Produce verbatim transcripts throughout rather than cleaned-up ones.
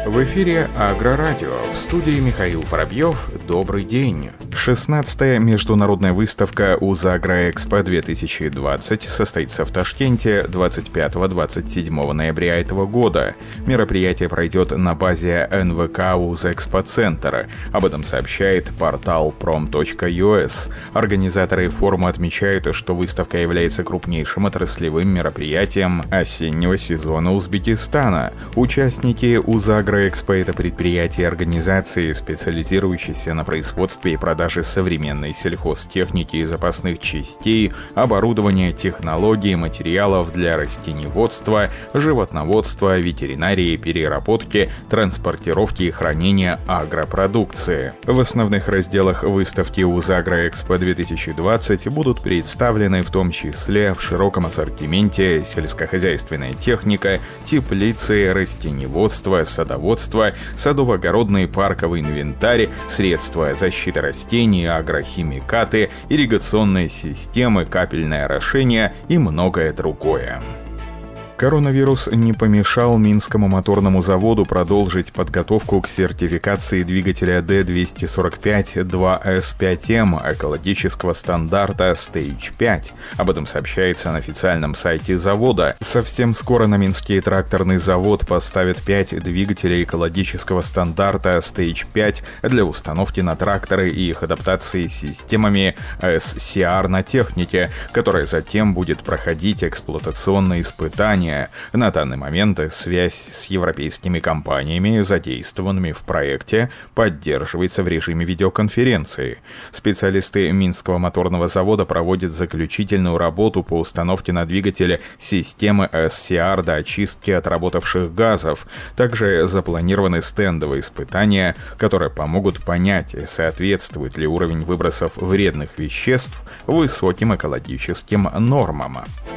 В эфире Агрорадио. В студии Михаил Воробьев. Добрый день. шестнадцатая международная выставка УЗАгроЭкспо две тысячи двадцать состоится в Ташкенте двадцать пятого — двадцать седьмого ноября этого года. Мероприятие пройдет на базе эн вэ ка УЗЭкспоцентр. Об этом сообщает портал пром точка ю эс. Организаторы форума отмечают, что выставка является крупнейшим отраслевым мероприятием осеннего сезона Узбекистана. Участники УЗАгроэкспо «Экспо» — это предприятия и организации, специализирующиеся на производстве и продаже современной сельхозтехники и запасных частей, оборудования, технологий, материалов для растениеводства, животноводства, ветеринарии, переработки, транспортировки и хранения агропродукции. В основных разделах выставки УЗАгроЭкспо две тысячи двадцать будут представлены в том числе в широком ассортименте сельскохозяйственная техника, теплицы, растениеводство, садоводство, садово-огородный парковый инвентарь, средства защиты растений, агрохимикаты, ирригационные системы, капельное орошение и многое другое. Коронавирус не помешал Минскому моторному заводу продолжить подготовку к сертификации двигателя дэ двести сорок пять два эс пять эм экологического стандарта Stage пять. Об этом сообщается на официальном сайте завода. Совсем скоро на Минский тракторный завод поставят пять двигателей экологического стандарта Stage пять для установки на тракторы и их адаптации системами эс си ар на технике, которая затем будет проходить эксплуатационные испытания. На данный момент связь с европейскими компаниями, задействованными в проекте, поддерживается в режиме видеоконференции. Специалисты Минского моторного завода проводят заключительную работу по установке на двигатель системы эс си ар до очистки отработавших газов. Также запланированы стендовые испытания, которые помогут понять, соответствует ли уровень выбросов вредных веществ высоким экологическим нормам.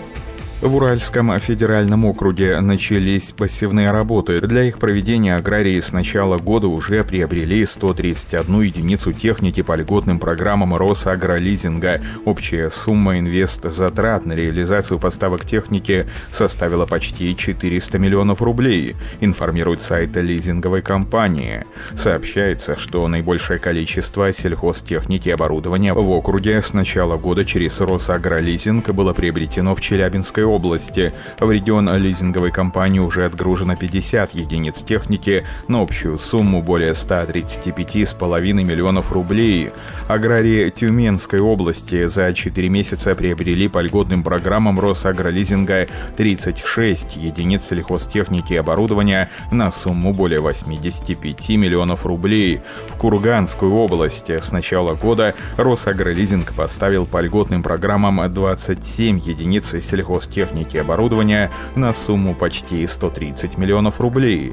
В Уральском федеральном округе начались посевные работы. Для их проведения аграрии с начала года уже приобрели сто тридцать одну единицу техники по льготным программам Росагролизинга. Общая сумма инвестзатрат на реализацию поставок техники составила почти четыреста миллионов рублей, информирует сайт лизинговой компании. Сообщается, что наибольшее количество сельхозтехники и оборудования в округе с начала года через Росагролизинг было приобретено в Челябинской области. области. В регион лизинговой компании уже отгружено пятьдесят единиц техники на общую сумму более ста тридцати пяти с половиной миллионов рублей. Аграрии Тюменской области за четыре месяца приобрели по льготным программам Росагролизинга тридцать шесть единиц сельхозтехники и оборудования на сумму более восьмидесяти пяти миллионов рублей. В Курганской области с начала года Росагролизинг поставил по льготным программам двадцать семь единиц сельхозтехники техники и оборудования на сумму почти сто тридцать миллионов рублей.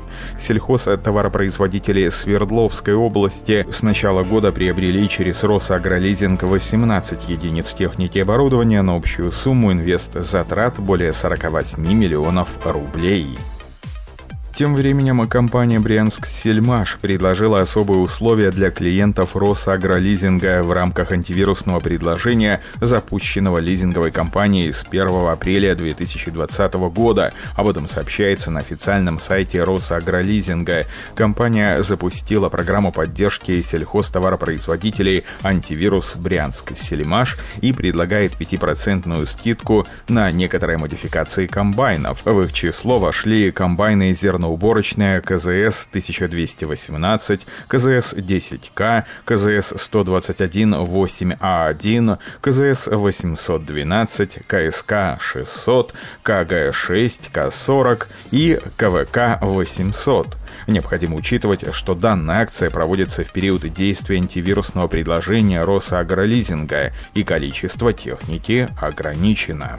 Сельхозтоваропроизводители Свердловской области с начала года приобрели через Росагролизинг восемнадцать единиц техники и оборудования на общую сумму инвестзатрат более сорок восемь миллионов рублей. Тем временем компания «Брянск-Сельмаш» предложила особые условия для клиентов Росагролизинга в рамках антивирусного предложения, запущенного лизинговой компанией с первого апреля две тысячи двадцатого года. Об этом сообщается на официальном сайте Росагролизинга. Компания запустила программу поддержки сельхозтоваропроизводителей «Антивирус Брянск-Сельмаш» и предлагает пятипроцентную скидку на некоторые модификации комбайнов. В их число вошли комбайны зерно уборочная ка зэ эс тысяча двести восемнадцать, ка зэ эс десять ка, ка зэ эс сто двадцать один восемь а один, ка зэ эс восемьсот двенадцать, ка эс ка шестьсот, ка гэ шесть, ка сорок и ка вэ ка восемьсот. Необходимо учитывать, что данная акция проводится в период действия антивирусного предложения Росагролизинга, и количество техники ограничено.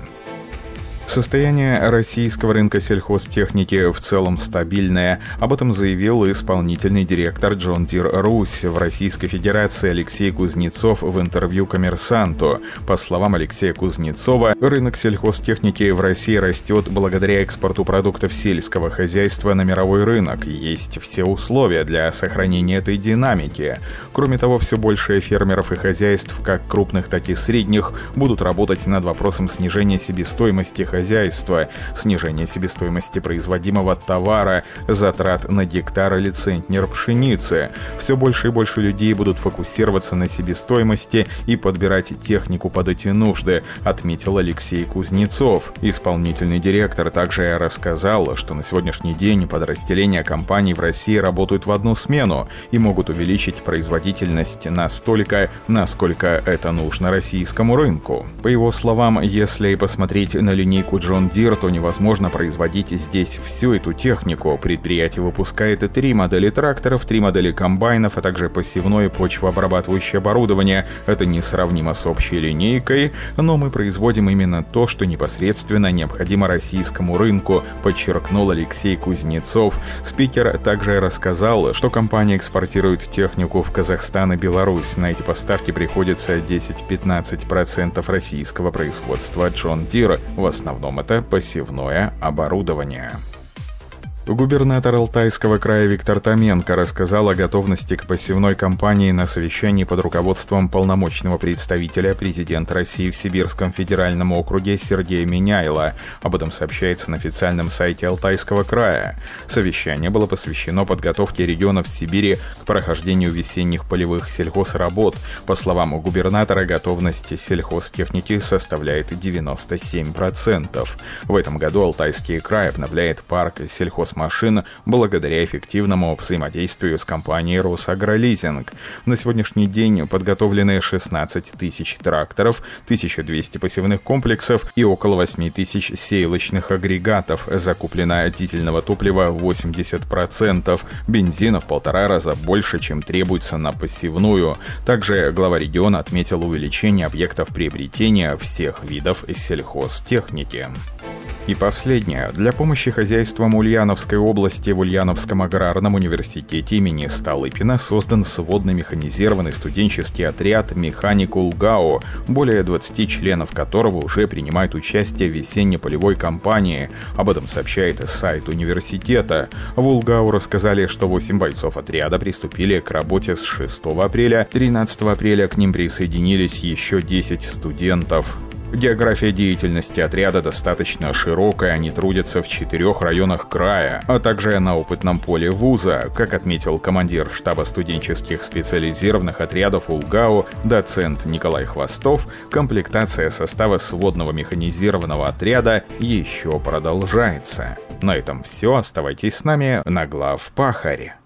Состояние российского рынка сельхозтехники в целом стабильное. Об этом заявил исполнительный директор John Deere Русь в Российской Федерации Алексей Кузнецов в интервью «Коммерсанту». По словам Алексея Кузнецова, рынок сельхозтехники в России растет благодаря экспорту продуктов сельского хозяйства на мировой рынок. Есть все условия для сохранения этой динамики. Кроме того, все больше фермеров и хозяйств, как крупных, так и средних, будут работать над вопросом снижения себестоимости хозяйства хозяйства, снижение себестоимости производимого товара, затрат на гектар или центнер пшеницы. Все больше и больше людей будут фокусироваться на себестоимости и подбирать технику под эти нужды, отметил Алексей Кузнецов. Исполнительный директор также рассказал, что на сегодняшний день подразделения компаний в России работают в одну смену и могут увеличить производительность настолько, насколько это нужно российскому рынку. По его словам, если посмотреть на линейку John Deere, то невозможно производить здесь всю эту технику. Предприятие выпускает три модели тракторов, три модели комбайнов, а также посевное и почвообрабатывающее оборудование. Это несравнимо с общей линейкой, но мы производим именно то, что непосредственно необходимо российскому рынку, подчеркнул Алексей Кузнецов. Спикер также рассказал, что компания экспортирует технику в Казахстан и Беларусь. На эти поставки приходится десять-пятнадцать процентов российского производства John Deere. В основном это посевное оборудование. Губернатор Алтайского края Виктор Томенко рассказал о готовности к посевной кампании на совещании под руководством полномочного представителя президента России в Сибирском федеральном округе Сергея Миняйла. Об этом сообщается на официальном сайте Алтайского края. Совещание было посвящено подготовке регионов Сибири к прохождению весенних полевых сельхозработ. По словам губернатора, готовность сельхозтехники составляет девяносто семь процентов. В этом году Алтайский край обновляет парк сельхозмашин машин благодаря эффективному взаимодействию с компанией «Росагролизинг». На сегодняшний день подготовлены шестнадцать тысяч тракторов, тысяча двести посевных комплексов и около восемь тысяч сеялочных агрегатов. Закуплено дизельного топлива восемьдесят процентов, бензина в полтора раза больше, чем требуется на посевную. Также глава региона отметил увеличение объектов приобретения всех видов сельхозтехники. И последнее. Для помощи хозяйствам Ульяновской области в Ульяновском аграрном университете имени Столыпина создан сводно-механизированный студенческий отряд «Механик УлГАУ», более двадцати членов которого уже принимают участие в весенне-полевой кампании. Об этом сообщает сайт университета. В УлГАУ рассказали, что восемь бойцов отряда приступили к работе с шестого апреля. тринадцатого апреля к ним присоединились еще десять студентов. География деятельности отряда достаточно широкая, они трудятся в четырех районах края, а также на опытном поле вуза. Как отметил командир штаба студенческих специализированных отрядов УлГАУ, доцент Николай Хвостов, комплектация состава сводного механизированного отряда еще продолжается. На этом все, оставайтесь с нами на Главпахаре.